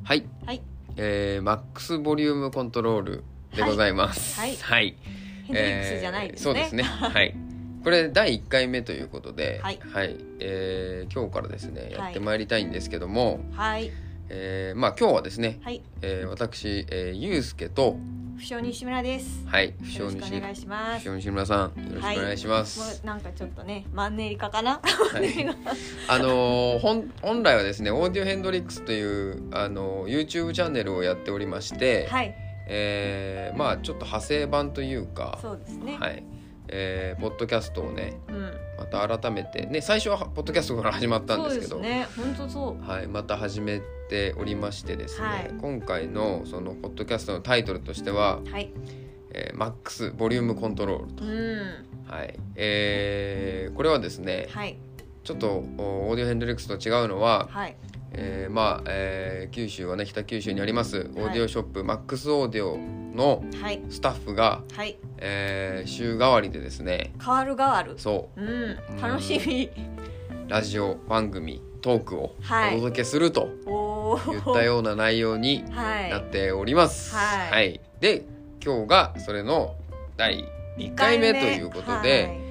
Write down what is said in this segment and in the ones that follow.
はい、 はい、 マックスボリュームコントロールでございます。 はい、 はい、 ヘンドリックスじゃないですね。 そうですね。はい。これ第1回目ということで、 はい、 今日からですねはいやってまいりたいんですけども、 はい、 今日はですね、 はい、 私、ゆうすけと不詳西村です。 はい、 よろしくお願いします。 西村さんよろしくお願いします。 もうなんかちょっとねマンネリ化かな。 はい、本来はですねオーディオヘンドリックスというYouTube チャンネルをやっておりまして、 はい、 まあちょっと派生版というか、 そうですね。 はい、ポッドキャストをね、 うん、 また改めてね、最初はポッドキャストから始まったんですけど、 そうですね、本当そう。 はい、また始めておりましてですね、 はい、 今回のそのポッドキャストのタイトルとしては、 はい、 マックスボリュームコントロールと、はい、これはですね、 はい、 ちょっとオーディオヘンドリックスと違うのは、 はい、 九州はね、北九州にありますオーディオショップ、マックスオーディオのスタッフが、 はい、 週替わりでですね、 変わる変わる、 そう、 楽しみ、 ラジオ番組トークをお届けすると言ったような内容になっております。 はいはい、で今日がそれの第1回目ということで、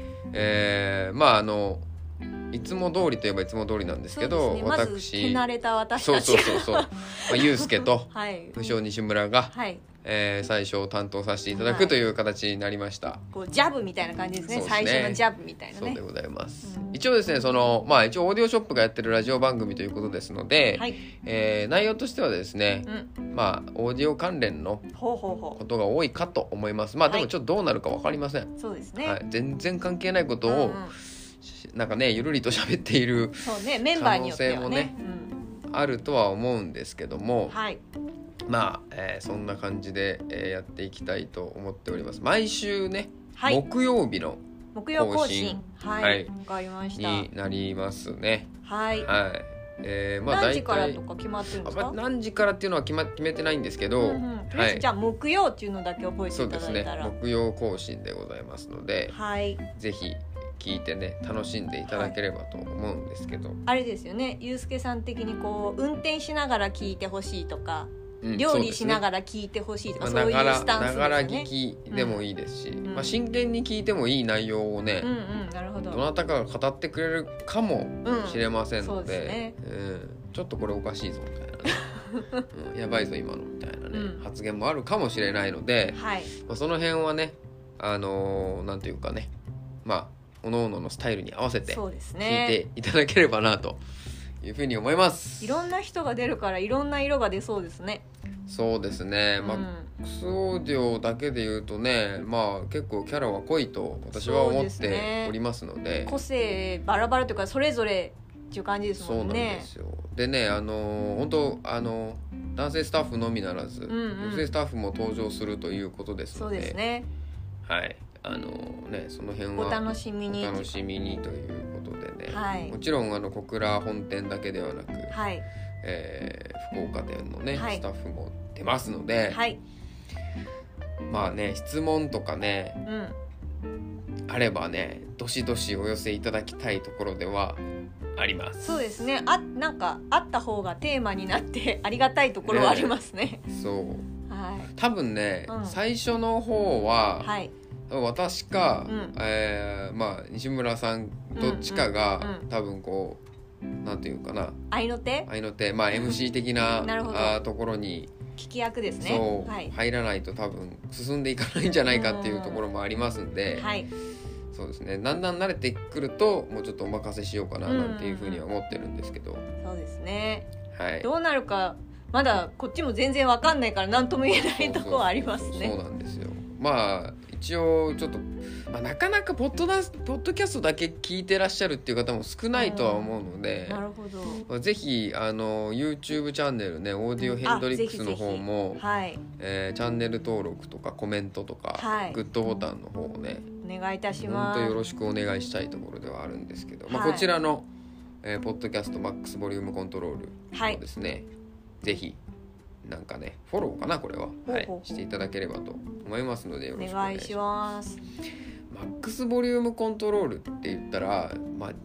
いつも通りといえばいつも通りなんですけど、 ね、まず手慣れた私たちがゆうすけと不詳西村が、 はい最初担当させていただくという形になりました。 こうジャブみたいな感じですね。最初のジャブみたいなね。 そうでございます。一応ですね、一応オーディオショップがやってるラジオ番組ということですので、はい、内容としてはですね、オーディオ関連のことが多いかと思います。でもちょっとどうなるか分かりません。 そうですね。 はい、全然関係ないことを、なんかね、ゆるりと喋っている可能性もね、あるとは思うんですけども、はい、そんな感じで、やっていきたいと思っております。毎週ね、はい、木曜日の更新、 はい、わかりました、 になりますね。はい、はい、 何時からとか決まってるんですか？ 何時からっていうのは決めてないんですけど、 はい、じゃあ木曜っていうのだけ覚えていただいたら。 そうですね、木曜更新でございますので、はい、ぜひ聞いてね楽しんでいただければと思うんですけど、 あれですよね、ゆうすけさん的にこう運転しながら聞いてほしいとか、料理しながら聞いてほしいとか、そういうスタンスですよね。 ながら聞きでもいいですし、真剣に聞いてもいい内容をね、 なるほど、 どなたかが語ってくれるかもしれませんので、ちょっとこれおかしいぞみたいなね、やばいぞ今のみたいなね、発言もあるかもしれないので、その辺はね、なんていうかね、各々のスタイルに合わせて聞いていただければなというふうに思います。 いろんな人が出るからいろんな色が出そうですね。 そうですね、マックスオーディオだけで言うとね、結構キャラは濃いと私は思っておりますので、 個性バラバラというかそれぞれっていう感じですもんね。 そうなんですよ。でね、本当男性スタッフのみならず、女性スタッフも登場するということですので、そうですね、はい、その辺はお楽しみにということでね、もちろん小倉本店だけではなく、福岡店のね、スタッフも出ますので、質問とかね、あればね、どしどしお寄せいただきたいところではあります。 そうですね、なんかあった方がテーマになってありがたいところはありますね。 そう、多分ね、最初の方は、私か、西村さんどっちかが、多分こうなんていうかな、 合いの手、 MC 的なところに聞き役ですね。 そう、入らないと多分進んでいかないんじゃないかっていうところもありますんで、そうですね、だんだん慣れてくるともうちょっとお任せしようかななんていうふうには思ってるんですけど、 そうですね、どうなるかまだこっちも全然わかんないから何とも言えないところはありますね。 そうなんですよ。一応ちょっと、なかなかポッドキャストだけ聞いてらっしゃるっていう方も少ないとは思うので、 なるほど、 ぜひYouTube チャンネルね、オーディオヘンドリックスの方も、チャンネル登録とかコメントとか、グッドボタンの方をね、 お願いいたします。 本当よろしくお願いしたいところではあるんですけど、こちらの、ポッドキャストマックスボリュームコントロールをですね、ぜひなんかね、フォローかな、これは、していただければと思いますので、よろしくお願いします。マックスボリュームコントロールって言ったら、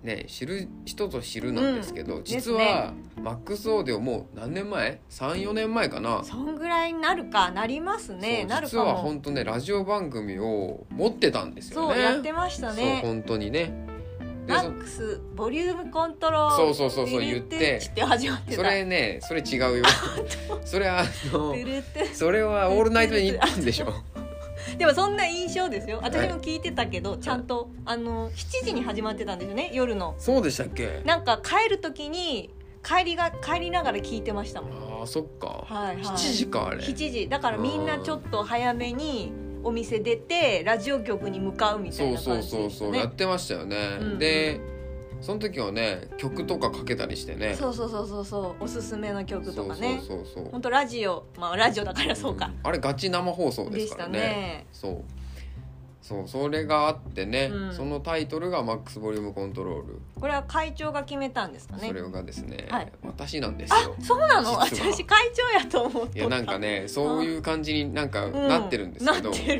ね、知る人ぞ知るなんですけど、実はマックスオーディオもう何年前 ?3,4 年前かな。 そんぐらいになるかなりますね。なるかも。 実は本当ねラジオ番組を持ってたんですよね。 そうやってましたね。 そう本当にね。 マックスボリュームコントロールそう言って始まってた。 それねそれ違うよそれそれはオールナイトニッポンでしょでもそんな印象ですよ。私も聞いてたけど、はい、ちゃんと7時に始まってたんですよね、夜の。 そうでしたっけ。 なんか帰る時に帰りながら聞いてましたもん。 ああそっか、 はいはい、 7時かあれ。 7時だからみんなちょっと早めにお店出てラジオ局に向かうみたいな感じですね。 そうやってましたよね、でその時はね曲とかかけたりしてね。そうおすすめの曲とかね。そう本当ラジオラジオだからそうか、あれガチ生放送ですからね。そうそれがあってね、そのタイトルがマックスボリュームコントロール。 これは会長が決めたんですかね。 それがですね、 はい、 私なんですよ。 あ、そうなの。私会長やと思ってた。 いやなんかねそういう感じになんかなってるんですけど、 なってる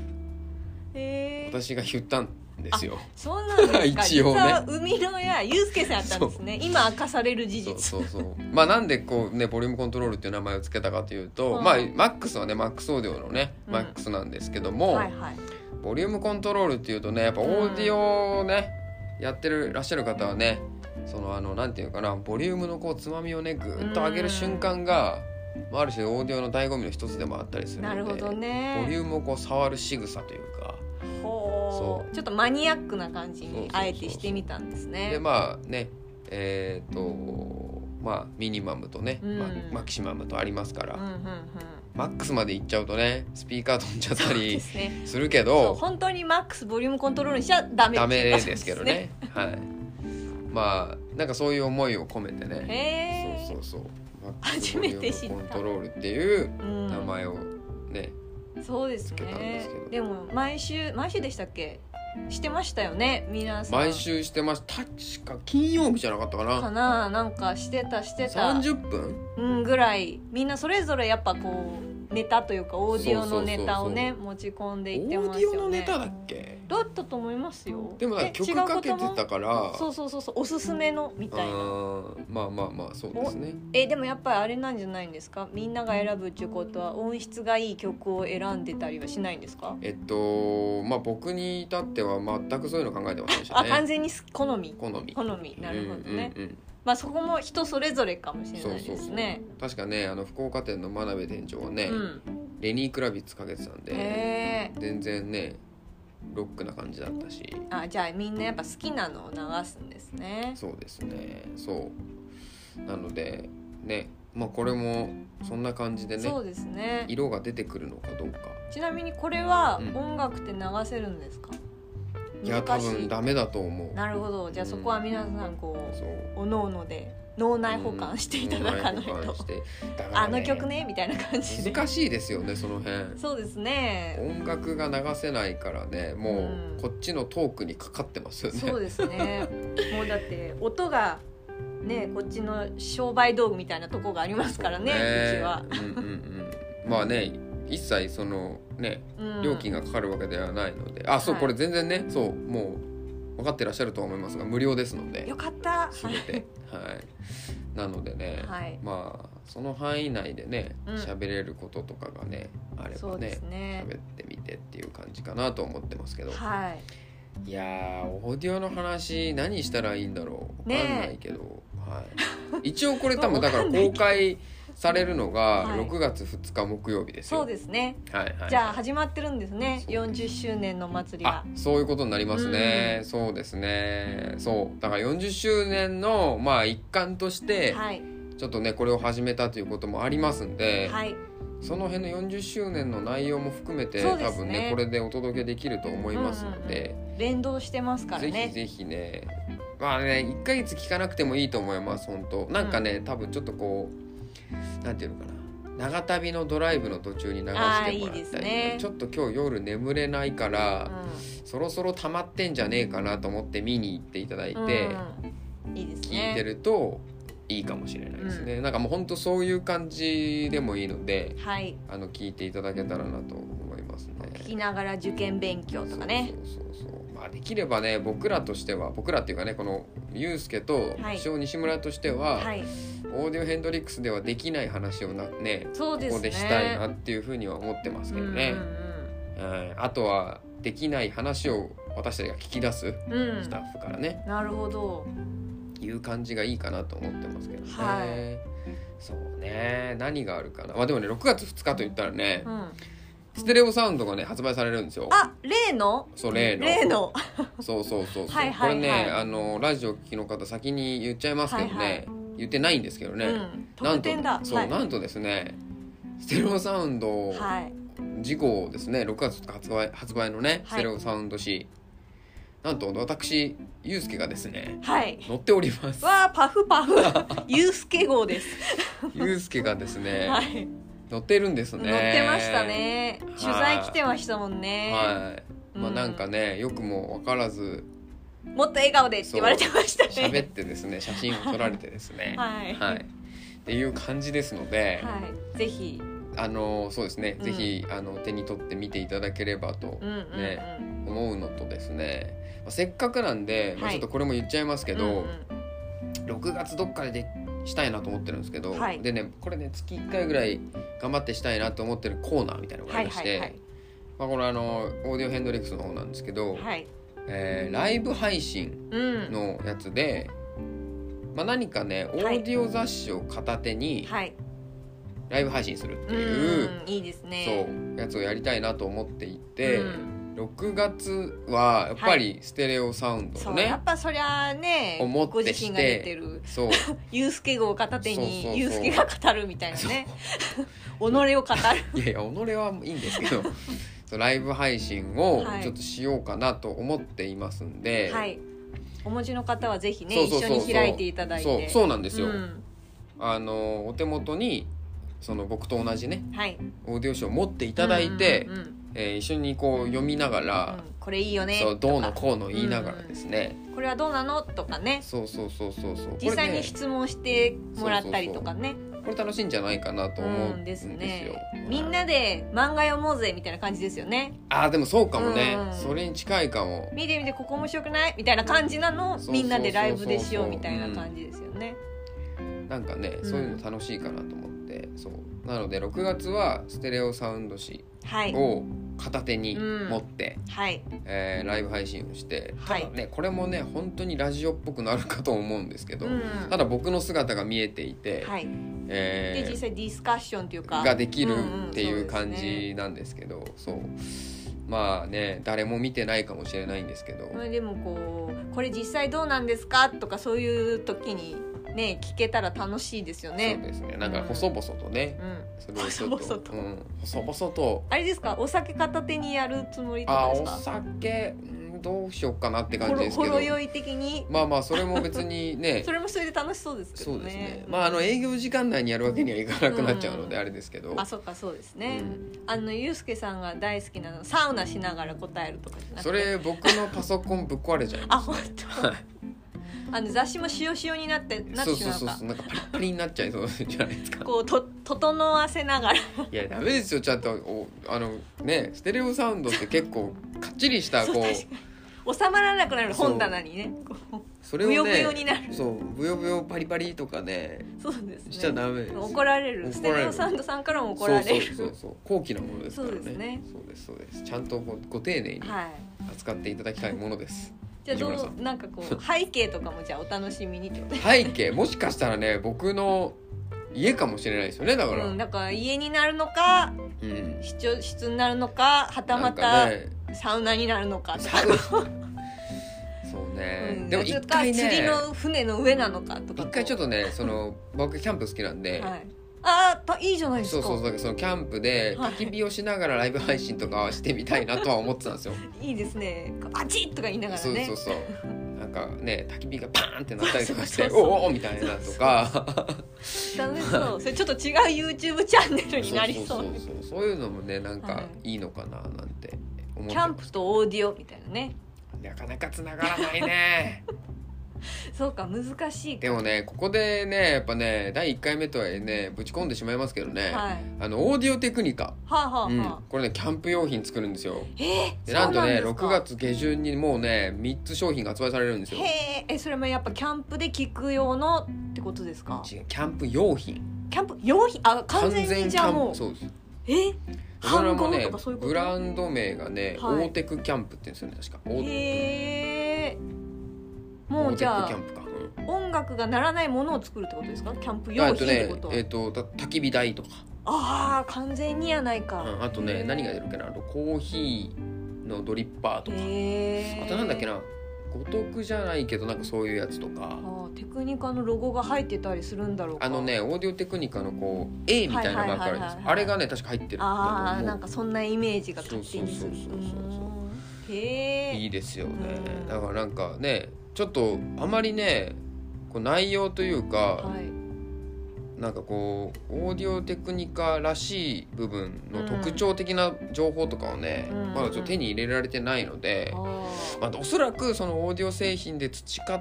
私が言ったんですよ。 そうなんですか一応ね。 実は生みの親ゆうすけさんやったんですね。今明かされる事実。 そうなんでこうねボリュームコントロールっていう名前を付けたかというと、マックスはねマックスオーディオのね、マックスなんですけども、ボリュームコントロールっていうとねやっぱオーディオをね、やってらっしゃる方はね、そのなんていうかな、ボリュームのこうつまみをねぐーっと上げる瞬間が、ある種オーディオの醍醐味の一つでもあったりするので。 なるほどね。 ボリュームをこう触る仕草というか、 ちょっとマニアックな感じにあえてしてみたんですね。 でねミニマムとね、マキシマムとありますから、マックスまでいっちゃうとねスピーカー飛んじゃったりするけど、 本当にマックスボリュームコントロールにしちゃダメですけどねはい、なんかそういう思いを込めてね、そうマックスボリュームコントロールっていう名前をね、 そうですね。でも毎週でしたっけ、してましたよね皆さん。 毎週してました。確か金曜日じゃなかったかな。 なんかしてた 30分、 ぐらいみんなそれぞれやっぱこうネタというかオーディオのネタをね持ち込んでいってますよね。 オーディオのネタだっけ。 だったと思いますよ。 でも曲かけてたからそうおすすめのみたいな。 まあそうですね。 でもやっぱりあれなんじゃないんですか、みんなが選ぶっていうことは音質がいい曲を選んでたりはしないんですか。 僕に至っては全くそういうの考えてませんでしたね。 完全に好みなるほどね、そこも人それぞれかもしれないですね。 確かね福岡店の真鍋店長はね、レニー・クラビッツかけてたんで、全然ねロックな感じだったし。 じゃあみんなやっぱ好きなのを流すんですね。 そうですね。そうなのでね、これもそんな感じでね、 そうですね、 色が出てくるのかどうか。 ちなみにこれは音楽って流せるんですか。 いや多分ダメだと思う。 なるほど。じゃあそこは皆さんこうおのおので脳内保管していただかないと、あの曲ねみたいな感じで。 難しいですよねその辺。 そうですね。 音楽が流せないからね、もうこっちのトークにかかってますよね。 そうですねもうだって音がねこっちの商売道具みたいなとこがありますからね、うちは。 一切そのね、料金がかかるわけではないので、これ全然ね、もう分かってらっしゃると思いますが無料ですので。 よかった。 全てなのでね、その範囲内でね喋れることとかがねあればね喋ってみてっていう感じかなと思ってますけど、いやーオーディオの話何したらいいんだろう分かんないけど、一応これ多分だから公開されるのが6月2日木曜日ですよ。 そうですね。じゃあ始まってるんですね。40周年の祭りが。そういうことになりますね。そうですね。そうだから40周年の一環として、ちょっとねこれを始めたということもありますんで、その辺の40周年の内容も含めて、多分ねこれでお届けできると思いますので、 連動してますからね。 ぜひね、1ヶ月聞かなくてもいいと思います。本当なんかね、多分ちょっとこうなんていうのかな、長旅のドライブの途中に流してもらったり、ちょっと今日夜眠れないから、そろそろ溜まってんじゃねえかなと思って見に行っていただいて、聞いてるといいかもしれないですね。なんかもう本当そういう感じでもいいので、聞いていただけたらなと思いますね。 聞きながら受験勉強とかね。 できればね僕らっていうかねこのゆうすけと西村としては、はい、オーディオヘンドリックスではできない話をねここでしたいなっていうふうには思ってますけどね、あとはできない話を私たちが聞き出す、スタッフからね、 なるほどいう感じがいいかなと思ってますけどね、はい、そうね何があるかな、でもね6月2日といったらね、ステレオサウンドがね発売されるんですよ。 例のそうそうはいはい、はい、これねラジオ聞きの方先に言っちゃいますけどね、はいはい、言ってないんですけどね、 なんとなんとですねステレオサウンド、次号ですね6月2日発売のね、ステレオサウンド誌、なんと私ゆうすけがですね、乗っております。 わーパフパフゆうすけ号ですゆうすけがですね、乗ってるんですね。 乗ってましたね。取材来てましたもんね。 はい。なんかね、よくも分からずもっと笑顔でって言われてましたね。 喋ってですね、写真を撮られてですね、はい。っていう感じですので、 ぜひそうですね、ぜひ手に取って見ていただければとね、思うのとですね、せっかくなんで、ちょっとこれも言っちゃいますけど、6月どっかでしたいなと思ってるんですけど、でねこれね月1回ぐらい頑張ってしたいなと思ってるコーナーみたいなのがありまして、これオーディオヘンドリックスの方なんですけど、ライブ配信のやつで、何かねオーディオ雑誌を片手にライブ配信するっていう、 いいですね、 そうやつをやりたいなと思っていて、6月はやっぱりステレオサウンドのね、 やっぱそりゃね思ってご自身が出てるゆうすけ号を片手にゆうすけが語るみたいなね己を語るいや己はいいんですけどライブ配信をちょっとしようかなと思っていますんで、 お持ちの方はぜひね一緒に開いていただいて、 そうなんですよ、お手元にその僕と同じね、オーディオ誌を持っていただいて、一緒にこう読みながら、 これいいよねそうどうのこうの言いながらですね、 これはどうなのとかね、 そう実際に質問してもらったりとかね、 これ楽しいんじゃないかなと思うんですよ、 みんなで漫画読もうぜみたいな感じですよね。 でもそうかもね、それに近いかも。 見てここ面白くないみたいな感じなのをみんなでライブでしようみたいな感じですよね。 なんかねそういうの楽しいかなと思って、そうなので6月はステレオサウンド誌を片手に持って、ライブ配信をして、ただねこれもね本当にラジオっぽくなるかと思うんですけど、ただ僕の姿が見えていて、 で実際ディスカッションというかができるっていう感じなんですけど、そう誰も見てないかもしれないんですけど、 でもこれ実際どうなんですかとかそういう時にね聞けたら楽しいですよね。 そうですね、なんか細々とね、それをちょっと細々とあれですか、お酒片手にやるつもりとかですか？ お酒どうしようかなって感じですけど、 ほろ酔い的にそれも別にねそれもそれで楽しそうですけどね。 そうですね、営業時間内にやるわけにはいかなくなっちゃうのであれですけど、 そうですね、ゆうすけさんが大好きなのサウナしながら答えるとかじゃなくて、 それ僕のパソコンぶっ壊れちゃいます、 本当雑誌も塩になってしまうか、 そうなんかパリパリになっちゃいそうじゃないですか。 整わせながらいやダメですよ、ちゃんとステレオサウンドって結構かっちりした収まらなくなる本棚にね、 それをねブヨブヨになる、 ブヨブヨパリパリとかね、 そうですね、 しちゃダメです。 怒られる、ステレオサウンドさんからも怒られる。 そう高貴なものですからね。そうです、ちゃんとご丁寧に扱っていただきたいものです、 じゃあなんか背景とかもじゃあお楽しみにってこと。 背景もしかしたらね僕の家かもしれないですよね。だから家になるのか、室になるのか、はたまたサウナになるのかとかそうね、でも一回ね釣りの船の上なのかとか、 一回ちょっとね僕キャンプ好きなんで、 いいじゃないですか。 だからそのキャンプで焚き火をしながらライブ配信とかしてみたいなとは思ってたんですよいいですね、あちっとか言いながらね、 なんかね焚き火がパーンってなったりとかしておおみたいなとか楽しそう、それちょっと違う YouTube チャンネルになりそう、 そういうのもねなんかいいのかななんて思って、 キャンプとオーディオみたいなね、 なかなか繋がらないねそうか、難しいか。 でもね、ここでねやっぱね第1回目とはいえねぶち込んでしまいますけどね、はい、オーディオテクニカ、これねキャンプ用品作るんですよ。でなんとね6月下旬にもうね3つ商品が発売されるんですよ。 それもやっぱキャンプで聴く用のってことですか？ 違う、キャンプ用品。 キャンプ用品、完全にじゃあもう。 そうです。 それもねブランド名がね、オーテクキャンプって言うんですよね、確か。 もうじゃあ音楽が鳴らないものを作るってことですか？キャンプ用品ってこと？ 焚き火台とか。 完全にやないか。 あとね何が出るっけな、コーヒーのドリッパーとか。あとなんだっけな、五徳じゃないけどなんかそういうやつとか。 テクニカのロゴが入ってたりするんだろうか。 オーディオテクニカのこう A みたいなマークあるんですよ。あれがね確か入ってる。 なんかそんなイメージが勝手にする。 いいですよね。だからなんかねちょっとあまりねこう内容というか、なんかこうオーディオテクニカらしい部分の特徴的な情報とかをね、まだちょっと手に入れられてないので、おそらくそのオーディオ製品で培った、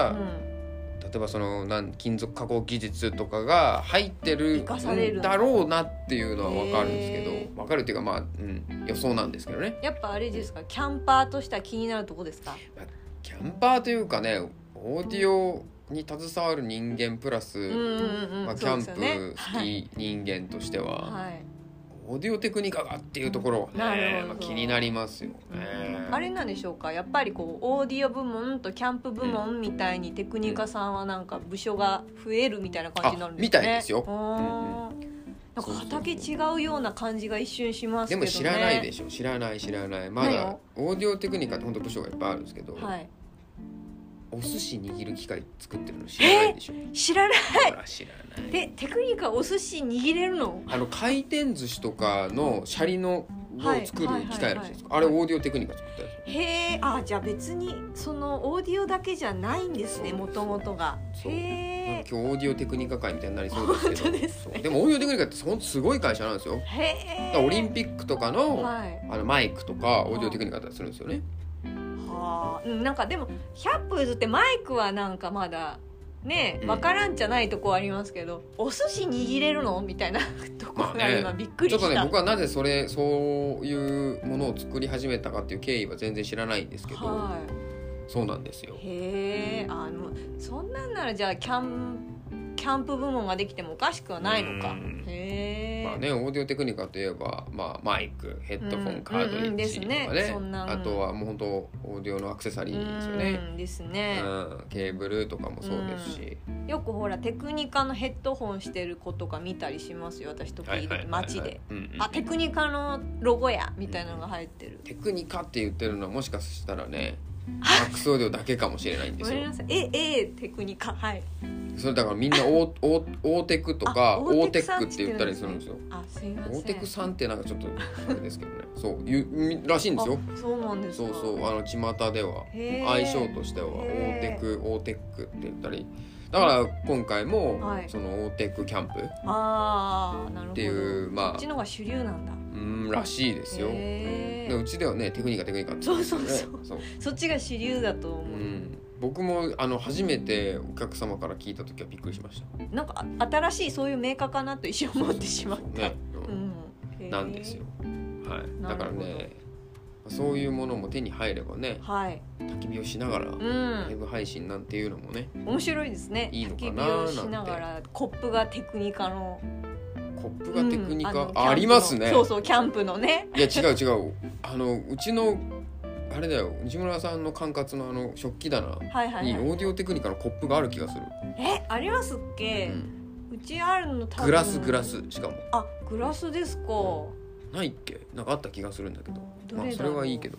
例えばその金属加工技術とかが入ってるんだろうなっていうのは分かるんですけど、分かるっていうか予想なんですけどね。 やっぱあれですか、キャンパーとしては気になるとこですか？ キャンパーというかね、オーディオに携わる人間プラス、キャンプ好き人間としては、オーディオテクニカがっていうところはね、気になりますよね。 あれなんでしょうか、やっぱりこうオーディオ部門とキャンプ部門みたいにテクニカさんはなんか部署が増えるみたいな感じになるんですかね。 みたいですよ。 なんか畑違うような感じが一瞬しますけどね。 でも知らないでしょ。知らないまだオーディオテクニカって本当部署がいっぱいあるんですけど、お寿司握る機械作ってるの知らないでしょ。 知らない。 知らない。 でテクニカお寿司握れるの？ 回転寿司とかのシャリのを作る機械あるじゃないですか。あれオーディオテクニカ作ったやつ。 じゃあ別にそのオーディオだけじゃないんですね、もともとが。 今日オーディオテクニカ界みたいになりそうですけど。 本当ですね。 でもオーディオテクニカってすごい会社なんですよ。オリンピックとかの、マイクとかオーディオテクニカだったりするんですよね。 なんかでも100歩譲ってマイクはなんかまだね分からんじゃないとこありますけど、お寿司握れるのみたいなところが今びっくりした。 ちょっとね僕はなぜそういうものを作り始めたかっていう経緯は全然知らないんですけど、そうなんですよ。 そんなんならじゃあキャンプ部門ができてもおかしくはないのか。 オーディオテクニカといえば、マイク、ヘッドフォン、カートリッジとかね、あとはもう本当オーディオのアクセサリーですよね。 ですね。 ケーブルとかもそうですし、 よくほらテクニカのヘッドホンしてる子とか見たりしますよ、私時々街で。テクニカのロゴやみたいなのが入ってる。 テクニカって言ってるのはもしかしたらねマックスオーディオだけかもしれないんですよ。 ごめんなさい。テクニカ、 それだからみんなオーテクとかオーテックって言ったりするんですよ。 すいません。 オーテクさんってなんかちょっとあれですけどね。そういうらしいんですよ。 そうなんですか。 巷では愛称としてはオーテックって言ったり。だから今回もそのオーテックキャンプっていうこっちのが主流なんだ。 らしいですよ。でうちではねテクニカって言うんですよね。 そっちが主流だと思う。 僕も初めてお客様から聞いた時はびっくりしました。 なんか新しいそういうメーカーかなと一瞬思ってしまった。 なんですよ。だからねそういうものも手に入ればね、焚き火をしながらライブ配信なんていうのもね面白いですね。 いいのかな焚き火をしながらコップがテクニカのコップがテクニカ、ありますね。 そうキャンプのね。 いや違ううちのあれだよ、西村さんの管轄の食器棚にオーディオテクニカのコップがある気がする。 ありますっけ？うちあるの多分グラスしかも。 グラスですか。 ないっけ？なんかあった気がするんだけど。それはいいけど。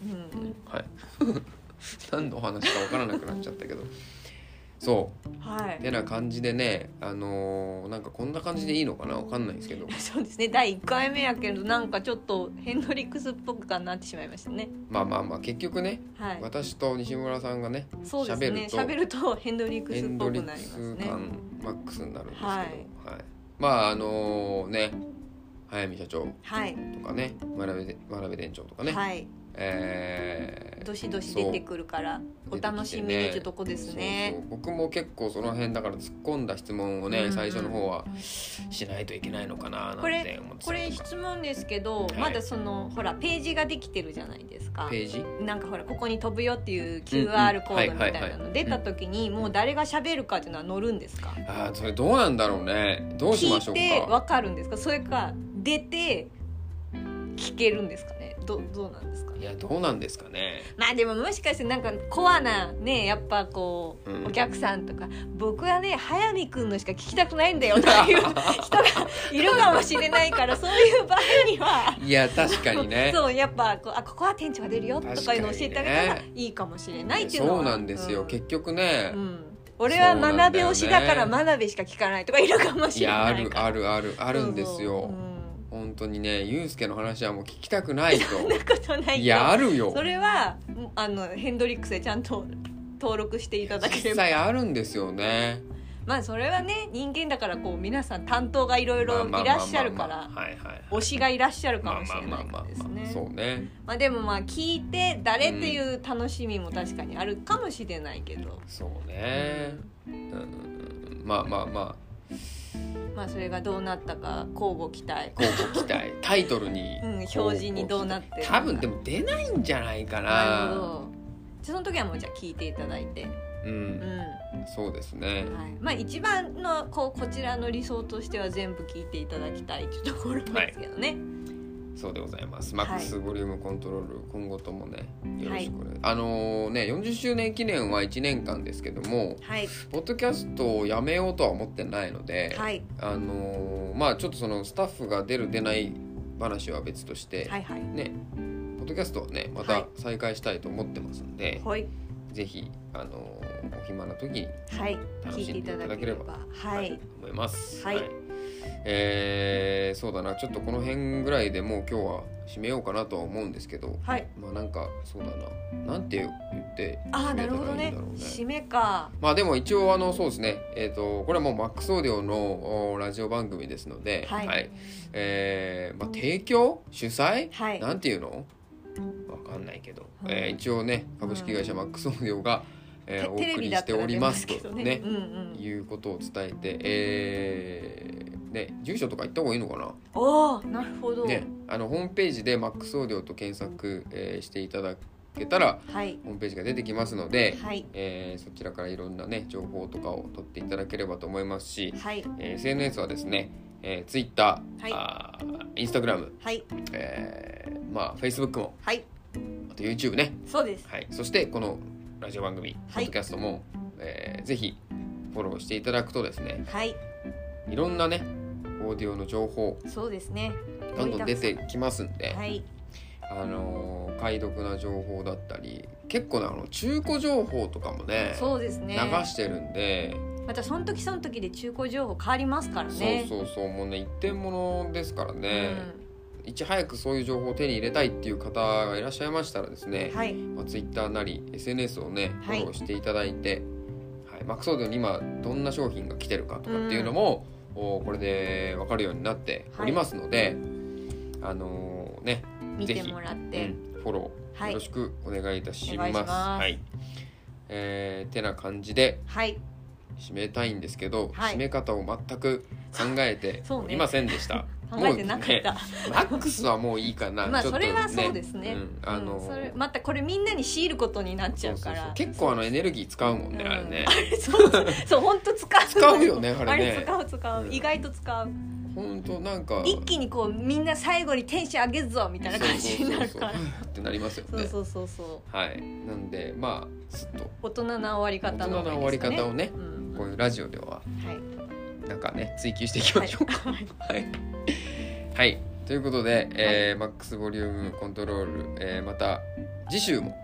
何の話か分からなくなっちゃったけど。そうってな感じでね、なんかこんな感じでいいのかな分かんないんですけど。 そうですね、第1回目やけどなんかちょっとヘンドリックスっぽくなってしまいましたね。 結局ね、私と西村さんがね喋るとヘンドリックスっぽくなりますね。 ヘンドリックス感マックスになるんですけど、ね早見社長とかね、真鍋店長とかね、 どしどし出てくるからお楽しみにというとこですね。 そう僕も結構その辺だから突っ込んだ質問をね、最初の方はしないといけないのかななんて思ってた。 これ質問ですけど、まだそのほらページができてるじゃないですか。 ページなんかほらここに飛ぶよっていう QR コードみたいなの出た時にもう誰が喋るかっていうのは載るんですか？ それどうなんだろうね。どうしましょうか。 聞いて分かるんですか？それか出て聞けるんですかね。どうなんですかね。 いやどうなんですかね。 まあでももしかしてなんかコアなねやっぱこう、お客さんとか僕はね早見くんのしか聞きたくないんだよとかいう人がいるかもしれないからそういう場合にはいや確かにねそうやっぱここは店長が出るよとかいうのを教えてあげたらいいかもしれないっていうのはそうなんですよ、結局ね、 俺は学び推しだから学びしか聞かないとかいるかもしれないから。 いやあるんですよ。本当にねゆうすけの話はもう聞きたくないと。 そんなことないよ。 いやあるよ。 それはヘンドリックスでちゃんと登録していただければ。 実際あるんですよね。 まあそれはね人間だからこう皆さん担当がいろいろいらっしゃるから推しがいらっしゃるかもしれないからですね。 そうね。 まあでもまあ聞いて誰っていう楽しみも確かにあるかもしれないけど、 そうね、まあそれがどうなったか交互期待タイトルに、 表示にどうなってる多分でも出ないんじゃないかな。 なるほど。じゃあその時はもうじゃあ聞いていただいて、 そうですね、 まあ一番のこちらの理想としては全部聞いていただきたいというところですけどね、 そうでございます。マックスボリュームコントロール、今後ともねよろしくね。40周年記念は1年間ですけども、ポッドキャストをやめようとは思ってないので、まあちょっとそのスタッフが出る出ない話は別として、ねポッドキャストをねまた再開したいと思ってますので、ぜひお暇な時に楽しんでいただければと思います。そうだな、ちょっとこの辺ぐらいでもう今日は締めようかなとは思うんですけど、まあなんかそうだな、なんて言って締めたらいいんだろうね。 締めか。 まあでも一応そうですね、これはもうマックスオーディオのラジオ番組ですので、まあ提供主催、なんていうのわかんないけど、一応ね株式会社マックスオーディオがお送りしておりますとね、いうことを伝えて、住所とか言った方がいいのかな。 なるほど。 ホームページでマックスオーディオと検索、していただけたら、ホームページが出てきますので、そちらからいろんなね情報とかを取っていただければと思いますし、SNS はですね、Twitter、Instagram、Facebook も、あと YouTube ね。 そうです。 そしてこのラジオ番組、ポッドキャストも、ぜひフォローしていただくとですね、いろんなねオーディオの情報、 そうですね、 どんどん出てきますんで、解読な情報だったり、結構な中古情報とかもね、 そうですね、 流してるんで、 またその時その時で中古情報変わりますからね。 そうもうね一点物ですからね、いち早くそういう情報を手に入れたいっていう方がいらっしゃいましたらですね、Twitter なり SNS をねフォローしていただいて、マックスオーディオに今どんな商品が来てるかとかっていうのも、これで分かるようになっておりますので、 見てもらって、 フォローよろしくお願いいたします。てな感じで、締めたいんですけど、締め方を全く考えていませんでした。 考えてなかった。 マックスはもういいかな。 まあそれはそうですね。それまたこれみんなに強いることになっちゃうから。 結構エネルギー使うもんね、あれね。 そう本当使うよね、あれね。 使う意外と使う。 本当なんか一気にこうみんな最後にテンション上げるぞみたいな感じになるからってなりますよね。 そうなんでまあすっと大人な終わり方の終わり方をね、こういうラジオではなんかね追求していきましょうか。ということで、マックスボリュームコントロール、また次週も、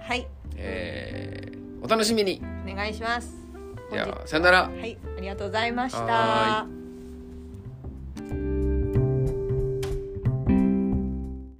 お楽しみにお願いします。 ではさよなら。 ありがとうございました。